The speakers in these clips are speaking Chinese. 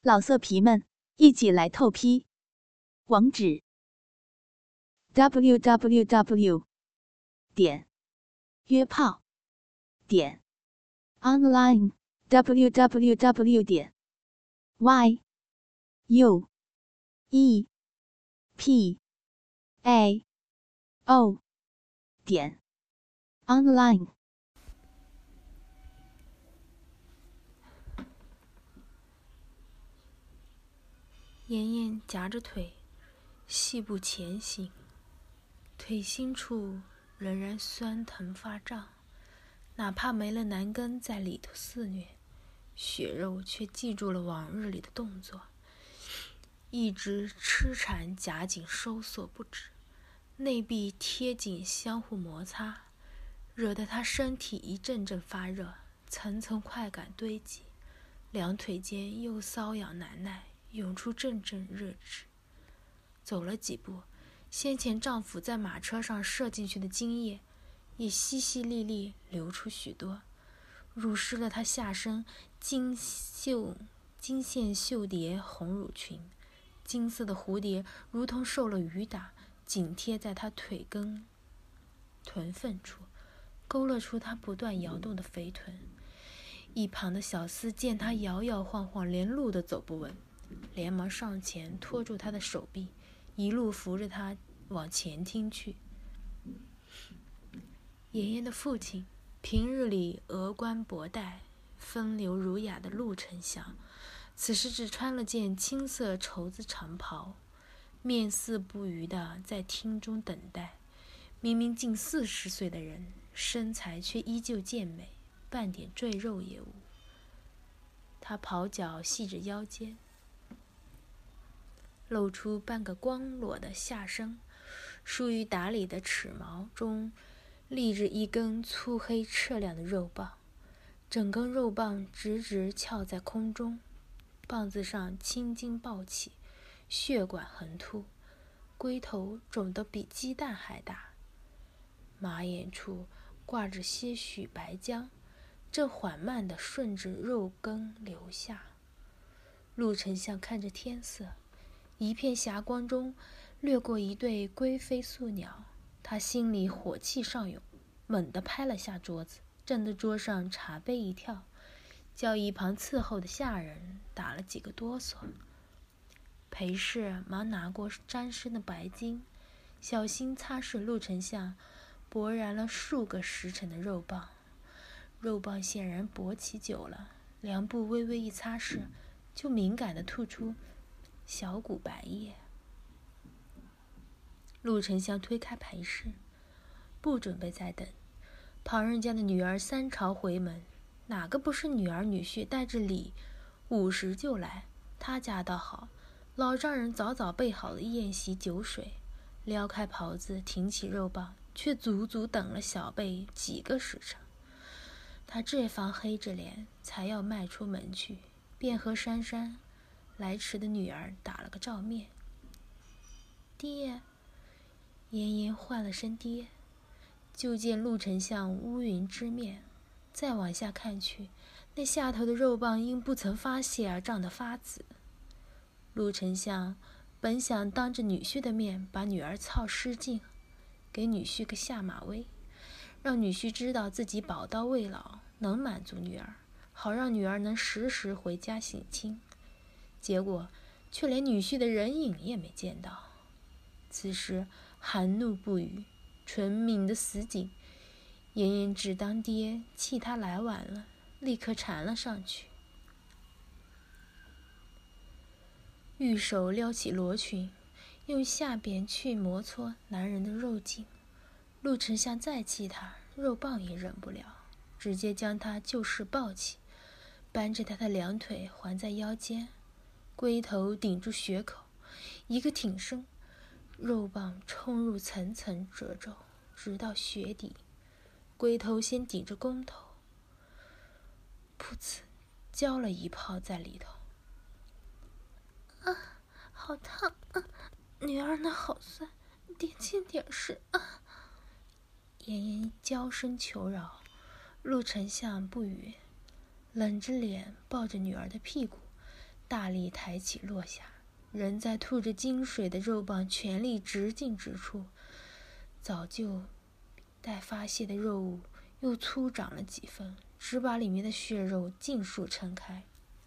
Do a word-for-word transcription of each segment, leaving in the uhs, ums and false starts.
老色皮们，一起来透批！网址 ：double u double u double u 点约炮点 online w w w 点 y u e p a o 点 online。 妍妍夹着腿，细步前行，腿心处仍然酸疼发胀，哪怕没了男根在里头肆虐，血肉却记住了往日里的动作，一直痴缠夹紧收缩不止，内壁贴紧相互摩擦，惹得他身体一阵阵发热，层层快感堆积，两腿间又瘙痒难耐，涌出阵阵热汁。走了几步，先前丈夫在马车上射进去的精液也淅淅沥沥流出许多，濡湿了她下身金绣金线绣蝶红乳裙，金色的蝴蝶如同受了雨打，紧贴在她腿根臀缝处，勾勒出她不断摇动的肥臀。一旁的小厮见她摇摇晃晃，连路都走不稳，连忙上前拖住她的手臂，一路扶着她往前厅去。妍妍的父亲，平日里峨冠博带、风流儒雅的陆丞相，此时只穿了件青色绸子长袍，面色不愉地在厅中等待。明明近四十岁的人，身材却依旧健美，半点赘肉也无。他袍脚系着腰间，露出半个光裸的下身，疏于打理的齿毛中立着一根粗黑赤亮的肉棒，整根肉棒直直翘在空中，棒子上青筋暴起，血管横突，龟头肿得比鸡蛋还大，马眼处挂着些许白浆，正缓慢地顺着肉根流下。陆丞相看着天色，一片霞光中掠过一对龟飞宿鸟，他心里火气上涌，猛地拍了下桌子，震得桌上茶杯一跳，叫一旁伺候的下人打了几个哆嗦。裴氏忙拿过沾湿的白巾，小心擦拭陆丞相勃然了数个时辰的肉棒。肉棒显然勃起久了，梁部微微一擦拭，就敏感地吐出小股白液。陆丞相推开裴氏，不准备再等。旁人家的女儿三朝回门，哪个不是女儿女婿带着礼午时就来？他家倒好，老丈人早早备好了宴席酒水，撩开袍子，挺起肉棒，却足足等了小辈几个时辰。他这方黑着脸，才要迈出门去，便和珊珊来迟的女儿打了个照面。爹，妍妍唤了声爹，就见陆丞相乌云之面，再往下看去，那下头的肉棒因不曾发泄而胀得发紫。陆丞相本想当着女婿的面把女儿操失禁，给女婿个下马威，让女婿知道自己宝刀未老，能满足女儿，好让女儿能时时回家省亲。结果却连女婿的人影也没见到。此时含怒不语，唇抿得死紧，妍妍只当爹气他来晚了，立刻缠了上去。玉手撩起罗裙，用下边去摩搓男人的肉颈。陆丞相再气他，肉棒也忍不了，直接将他就势抱起，扳着他的两腿环在腰间，龟头顶住血口，一个挺身，肉棒冲入层层褶皱，直到血底，龟头先顶着弓头，噗呲浇了一泡在里头。啊，好烫啊！女儿那好酸，点轻点是啊！妍妍娇声求饶，陆丞相不语，冷着脸抱着女儿的屁股， 大力抬起落下，人在吐着金水的肉棒全力直进直出，早就待发泄的肉物又粗长了几分，只把里面的血肉尽数撑开。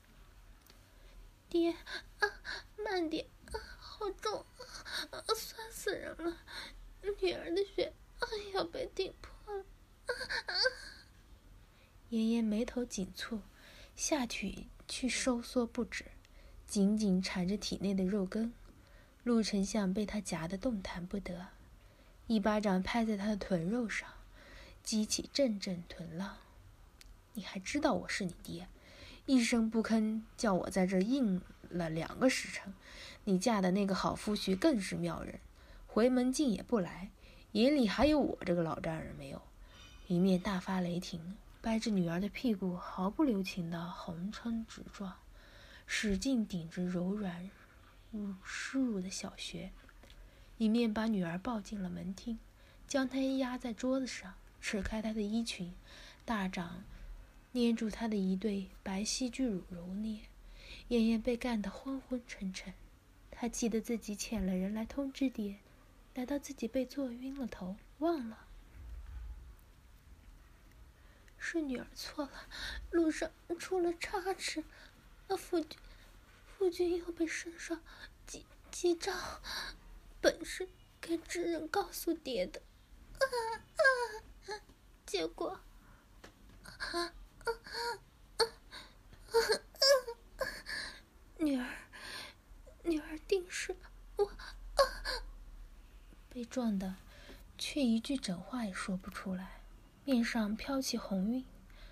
爹，啊，慢点，啊，好重，啊，酸死人了！女儿的血，啊，要被顶破了！啊啊！妍妍眉头紧蹙，下体去收缩不止，紧紧缠着体内的肉根。陆丞相被他夹得动弹不得，一巴掌拍在他的臀肉上，激起阵阵臀浪。你还知道我是你爹，一声不吭叫我在这儿硬了两个时辰。你嫁的那个好夫婿更是妙人，回门进也不来，眼里还有我这个老丈人没有？一面大发雷霆，掰着女儿的屁股，毫不留情地横冲直撞，使劲顶着柔软湿漉的小穴，一面把女儿抱进了门厅，将她压在桌子上，扯开她的衣裙，大掌捏住她的一对白皙巨乳揉捏。妍妍被干得昏昏沉沉，她记得自己遣了人来通知爹，难道自己被坐晕了头，忘了？是女儿错了，路上出了差池，那夫君夫君又被身上击击着，本是该知人告诉爹的，啊啊！结果，啊啊啊啊啊！女儿，女儿定是我啊！被撞的，却一句整话也说不出来。面上飘起红晕，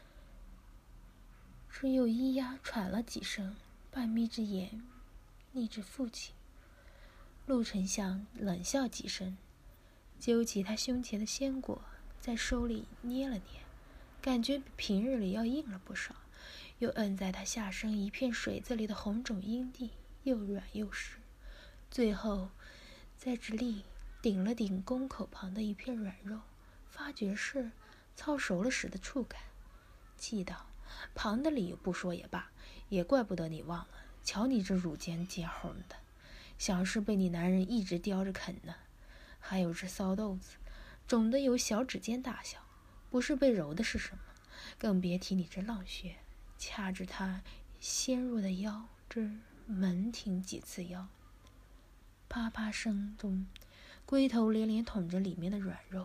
只有咿呀喘了几声，半眯着眼睨着父亲。陆丞相冷笑几声，揪起他胸前的鲜果，在手里捏了捏，感觉比平日里要硬了不少，又摁在他下身一片水渍里的红肿阴蒂，又软又湿，最后在这里顶了顶宫口旁的一片软肉，发觉是操熟了时的触感，气道：旁的理由不说也罢，也怪不得你忘了，瞧你这乳尖尖红的，想是被你男人一直叼着啃呢。还有这骚豆子，肿得有小指尖大小，不是被揉的是什么？更别提你这浪穴，掐着他纤弱的腰肢，猛挺几次腰。啪啪声中，龟头连连捅着里面的软肉，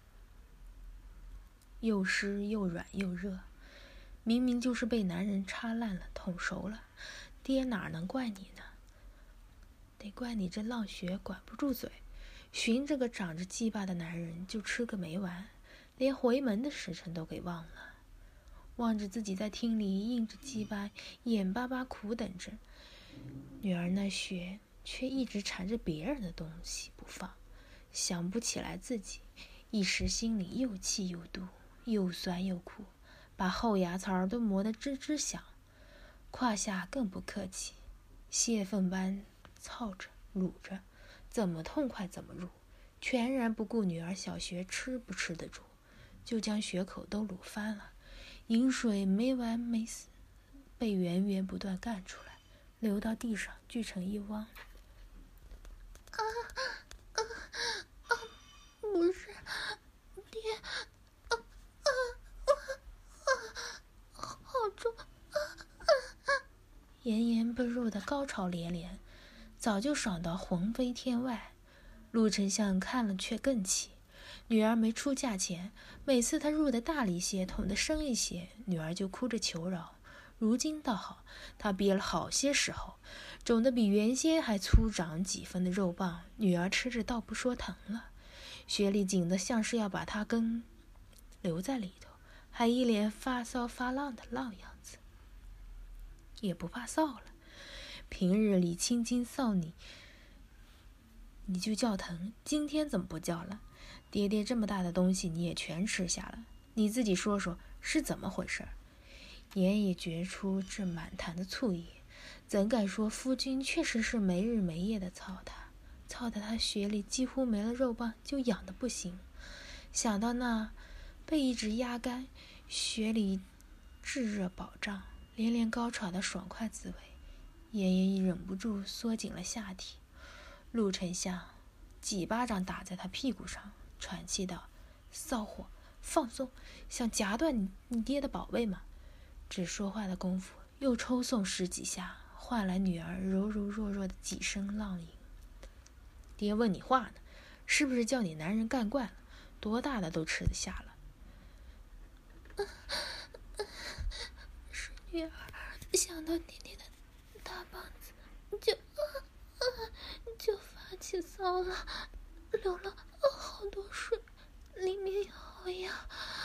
又湿又软又热，明明就是被男人插烂了捅熟了，爹哪能怪你呢？得怪你这浪穴管不住嘴，寻着个长着鸡巴的男人就吃个没完，连回门的时辰都给忘了。望着自己在厅里硬着鸡巴眼巴巴苦等着，女儿那穴却一直缠着别人的东西不放，想不起来自己，一时心里又气又妒，又酸又苦，把后牙槽都磨得吱吱响，胯下更不客气，泄愤般操着撸着，怎么痛快怎么入，全然不顾女儿小穴吃不吃得住，就将穴口都撸翻了，饮水没完没死，被源源不断干出来，流到地上聚成一汪。啊啊啊！不是，爹，啊啊啊啊！好重！啊啊啊！妍妍被入得高潮连连，早就爽到魂飞天外。陆丞相看了却更气，女儿没出嫁前，每次他入得大力些，捅得深一些，女儿就哭着求饶。如今倒好，他憋了好些时候，肿得比原先还粗长几分的肉棒，女儿吃着倒不说疼了，血里紧得像是要把他根留在里头，还一脸发骚发浪的浪样子。也不怕臊了，平日里轻轻臊你，你就叫疼，今天怎么不叫了？爹爹这么大的东西你也全吃下了，你自己说说是怎么回事？言也觉出这满坛的醋意，怎敢说夫君确实是没日没夜的操他，操得他血里几乎没了肉棒，就痒得不行。想到那被一直压干，血里炙热饱胀，连连高潮的爽快滋味， 妍妍忍不住缩紧了下体。陆丞相几巴掌打在他屁股上，喘气道：“骚货，放松，想夹断你你爹的宝贝吗？”只说话的功夫，又抽送十几下，换来女儿柔柔弱弱的几声浪吟。爹问你话呢，是不是叫你男人干惯了？多大的都吃得下了。 是女儿想到爹爹的大棒子，就、啊啊、就发起骚了，流了好多水，里面有药，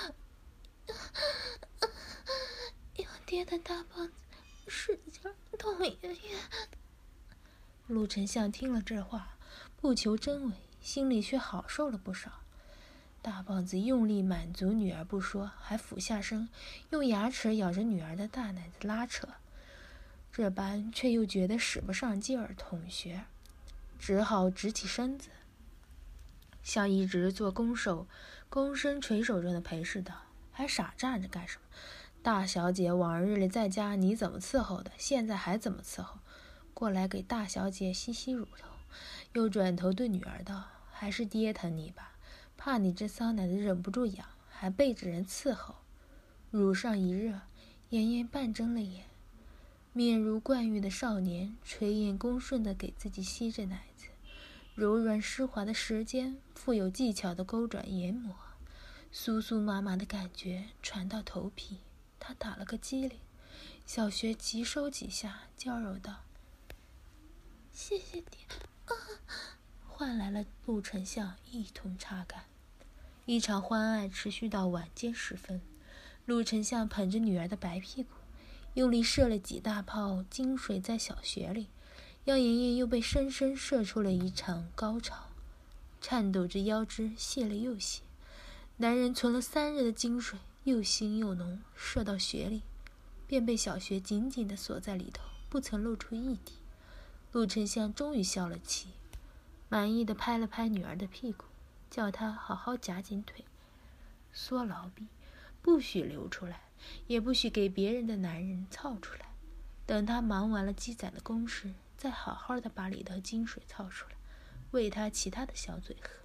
用爹的大棒子使劲动爷爷。 陆丞相听了这话，不求真伪，心里却好受了不少。大棒子用力满足女儿不说，还俯下身，用牙齿咬着女儿的大奶子拉扯，这般却又觉得使不上劲儿捅穴，只好直起身子，向一直做弓手、躬身垂手中的陪侍道：“还傻站着干什么？大小姐往日里在家你怎么伺候的，现在还怎么伺候？过来给大小姐吸吸乳头。”又转头对女儿道：“还是爹疼你吧，怕你这骚奶子忍不住痒，还背着人伺候。”乳上一热，妍妍半睁了眼，面如冠玉的少年垂眼恭顺地给自己吸着奶子，柔软湿滑的舌尖富有技巧地勾转研磨，酥酥麻麻的感觉传到头皮。他打了个激灵，小穴急收几下，娇柔道：“ 谢谢爹。”啊， 换来了陆丞相一同插干。一场欢爱持续到晚间时分，陆丞相捧着女儿的白屁股，用力射了几大泡金水在小穴里，让妍妍又被深深射出了一场高潮，颤抖着腰肢泄了又泄。男人存了三日的金水又腥又浓，射到穴里，便被小穴紧紧地锁在里头，不曾露出一滴。陆丞相终于消了气，满意地拍了拍女儿的屁股，叫她好好夹紧腿，缩牢臂，不许流出来，也不许给别人的男人操出来。等他忙完了积攒的公事，再好好的把里头金水操出来，喂他其他的小嘴喝。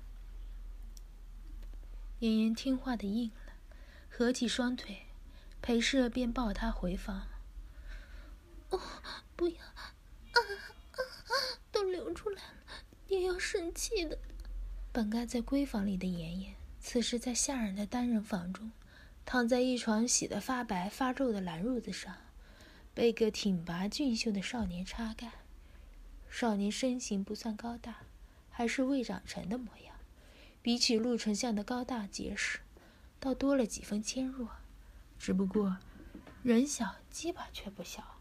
妍妍听话的应了，合起双腿，裴氏便抱她回房。 哦，不要，啊啊，都流出来了，爹要生气的。 本该在闺房里的妍妍，此时在下人的单人房中，躺在一床洗得发白发皱的蓝褥子上，被个挺拔俊秀的少年插干。少年身形不算高大，还是未长成的模样，比起陆丞相的高大结实，倒多了几分纤弱，只不过人小鸡巴却不小。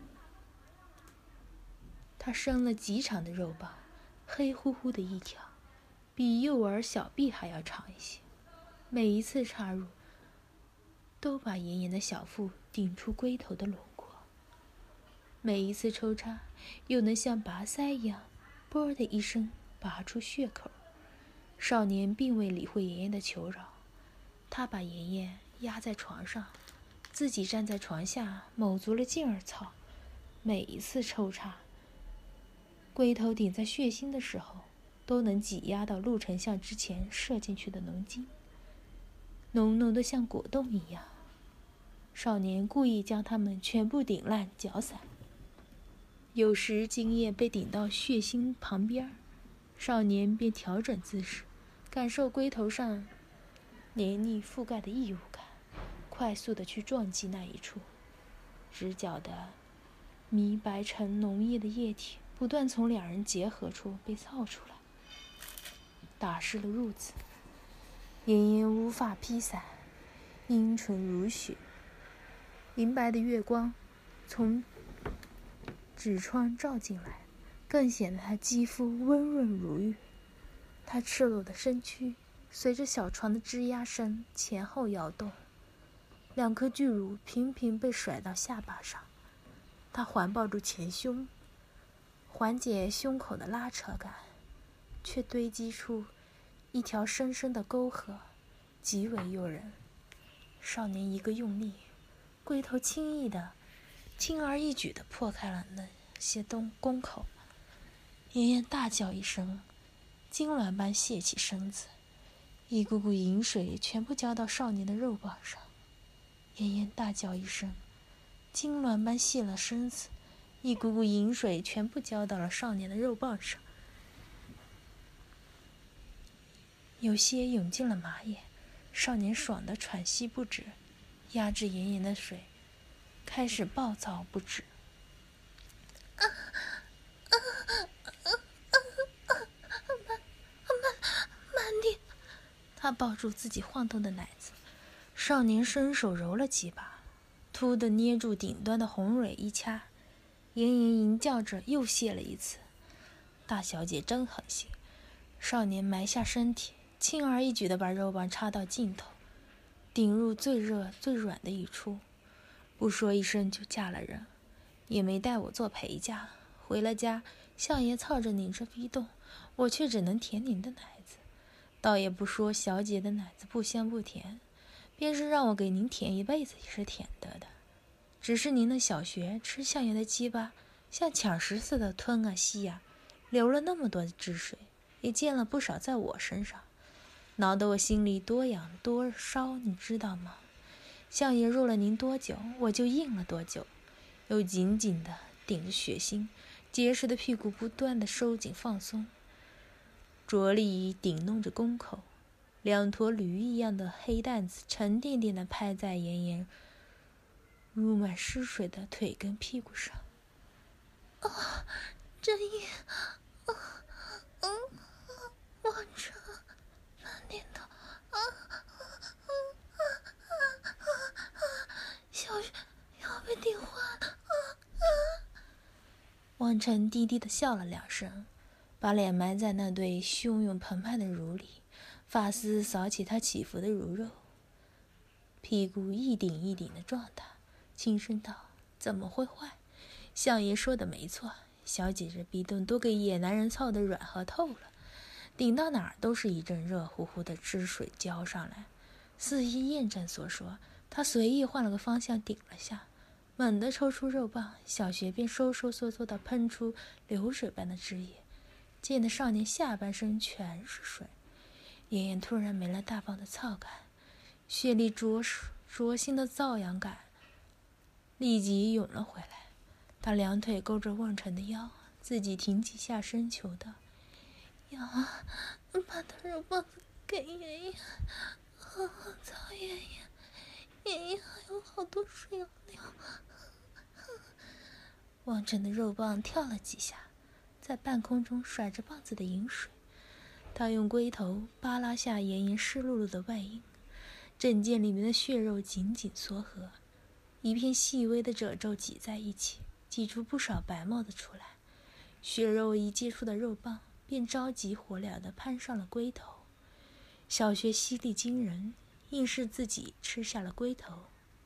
他生了极长的肉棒，黑乎乎的一条，比幼儿小臂还要长一些，每一次插入都把妍妍的小腹顶出龟头的轮廓，每一次抽插又能像拔塞一样啵的一声拔出血口。少年并未理会妍妍的求饶，他把妍妍压在床上，自己站在床下卯足了劲儿操。每一次抽插龟头顶在血心的时候，都能挤压到陆丞相之前射进去的浓精，浓浓的像果冻一样。少年故意将它们全部顶烂搅散，有时精液被顶到血心旁边，少年便调整姿势，感受龟头上黏腻覆盖的异物感，快速地去撞击那一处，直角的迷白成浓液的液体不断从两人结合处被操出来，打湿了褥子。妍妍乌发披散，阴唇如雪，银白的月光从纸窗照进来，更显得她肌肤温润如玉。她赤裸的身躯随着小床的吱呀声前后摇动，两颗巨乳频频被甩到下巴上。她环抱住前胸，缓解胸口的拉扯感，却堆积出一条深深的沟壑，极为诱人。少年一个用力，龟头轻易地轻而易举地破开了那些洞宫口。妍妍大叫一声，痉挛般泄起身子，一股股淫水全部浇到少年的肉棒上。妍妍大叫一声，痉挛般泄了身子，一股股淫水全部浇到了少年的肉棒上，有些涌进了马眼。少年爽得喘息不止，压制妍妍的水开始暴躁不止。 啊啊啊啊啊！慢慢慢点！ 他抱住自己晃动的奶子，少年伸手揉了几把，突地捏住顶端的红蕊一掐，妍妍淫叫着又泄了一次。大小姐真狠心，少年埋下身体，轻而易举地把肉棒插到尽头，顶入最热最软的一处，不说一声就嫁了人，也没带我做陪嫁。回了家，相爷操着您这逼洞，我却只能舔您的奶子，倒也不说小姐的奶子不香不甜，便是让我给您舔一辈子也是舔得的。只是您的小穴吃相爷的鸡巴，像抢食似的吞啊吸啊，流了那么多的汁水，也溅了不少在我身上，挠得我心里多痒多烧，你知道吗？相爷入了您多久，我就硬了多久，又紧紧地顶着血腥，结实的屁股不断地收紧放松，着力顶弄着宫口，两坨驴一样的黑蛋子沉甸甸地拍在妍妍入满湿水的腿跟屁股上。 啊，真硬！啊，嗯，往这慢点的。啊啊啊啊啊啊！小穴要被顶坏了！啊啊！ 望尘低低地笑了两声，把脸埋在那对汹涌澎湃的乳里，发丝扫起他起伏的乳肉，屁股一顶一顶的撞他，轻声道：“怎么会坏？相爷说的没错，小姐这逼洞都给野男人操得软和透了，顶到哪儿都是一阵热乎乎的汁水浇上来。似依验证所说，他随意换了个方向顶了下，猛地抽出肉棒，小穴便收收缩缩地喷出流水般的汁液，溅得少年下半身全是水。妍妍突然没了大棒的操感，血里灼灼心的瘙痒感立即涌了回来。他两腿勾着望尘的腰，自己挺起下身求道：“ 要啊，把他肉棒子给爷爷，好好操爷爷，爷爷还有好多水要流。” 望尘的肉棒跳了几下，在半空中甩着棒子的饮水。他用龟头扒拉下妍妍湿漉漉的外阴，枕腱里面的血肉紧紧缩合，一片细微的褶皱挤在一起，挤出不少白沫子出来。血肉一接触的肉棒便着急火燎地攀上了龟头。小穴吸力惊人，硬是自己吃下了龟头。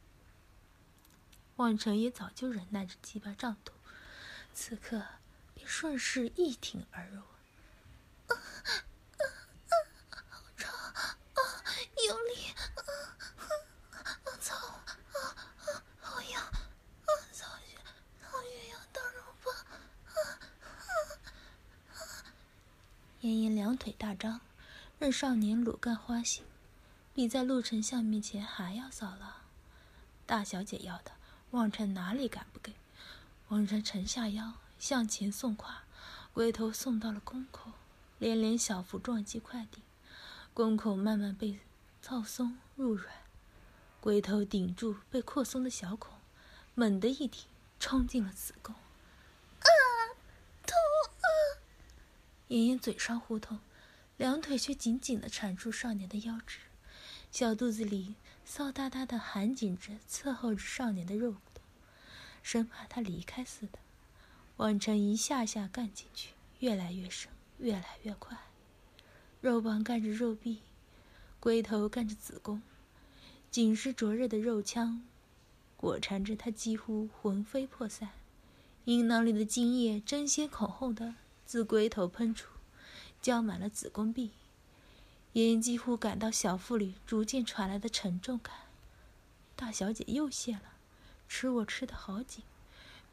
望尘也早就忍耐着鸡巴胀痛，此刻便顺势一挺而入。 啊啊啊！好长啊，有力啊啊！操啊啊！好痒啊！操穴操穴要当肉棒啊啊啊！ 妍妍两腿大张，任少年裸干花心，比在陆丞相面前还要骚浪。大小姐要的，望尘哪里敢不给？望尘沉下腰，向前送胯，龟头送到了宫口，连连小腹撞击快顶，宫口慢慢被操松入软，龟头顶住被扩松的小孔，猛地一挺，冲进了子宫。 啊，痛啊！ 妍妍嘴上呼痛，两腿却紧紧地缠住少年的腰肢，小肚子里骚哒哒地含紧着伺候着少年的肉骨头，生怕他离开似的。望尘一下下干进去，越来越深，越来越快。肉棒干着肉壁，龟头干着子宫，紧实灼热的肉腔裹缠着他，几乎魂飞魄散。阴囊里的精液争先恐后的自龟头喷出，浇满了子宫壁。妍妍几乎感到小腹里逐渐传来的沉重感。大小姐又泄了，吃我吃得好紧，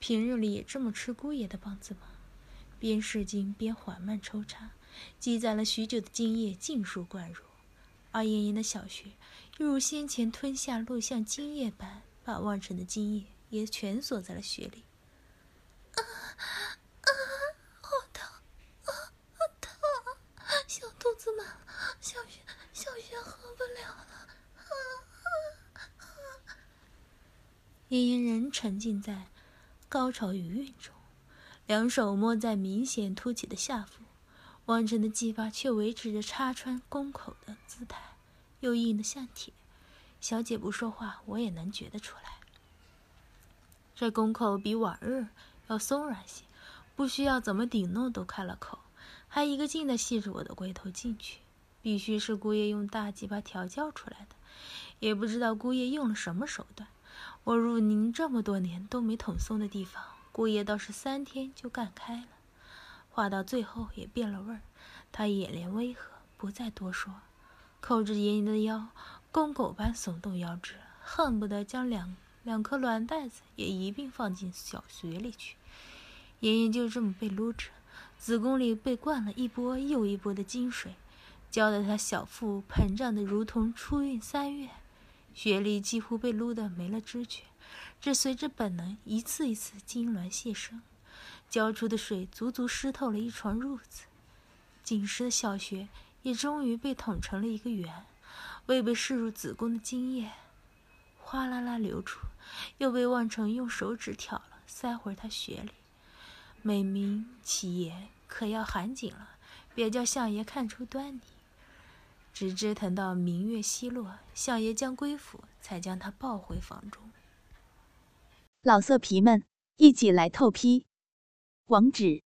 平日里也这么吃姑爷的棒子吗？边使劲边缓慢抽插，积攒了许久的精液尽数灌入，而妍妍的小穴又如先前吞下落像精液般，把旺盛的精液也全锁在了穴里。 啊啊！好疼！啊啊疼！小肚子满了，小穴小穴合不了了。啊啊啊！ 妍妍仍沉浸在高潮余韵中，两手摸在明显凸起的下腹，旺盛的鸡巴却维持着插穿宫口的姿态，又硬得像铁。小姐不说话，我也能觉得出来。这宫口比往日要松软些，不需要怎么顶弄都开了口，还一个劲地吸着我的龟头进去。必须是姑爷用大鸡巴调教出来的，也不知道姑爷用了什么手段。我入宁这么多年都没捅松的地方，姑爷倒是三天就干开了。话到最后也变了味儿，他眼帘微合，不再多说，扣着妍妍的腰，公狗般耸动腰肢，恨不得将两两颗卵袋子也一并放进小穴里去。妍妍就这么被撸着，子宫里被灌了一波又一波的精水，浇得她小腹膨胀得如同初孕三月，穴里几乎被撸得没了知觉，只随着本能一次一次痉挛泄生，浇出的水足足湿透了一床褥子。紧实的小穴也终于被捅成了一个圆，未被射入子宫的精液哗啦啦流出，又被望成用手指挑了，塞回他穴里。美名其言，可要含紧了，别叫相爷看出端倪。直折腾到明月西落，相爷将归府，才将他抱回房中。 老色皮们，一起来透批！网址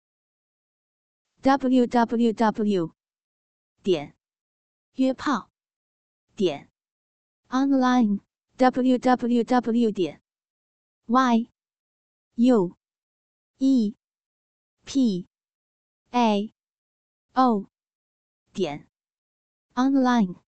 ：double u double u double u 点约炮点 online w w w 点 y u e p a o 点 online。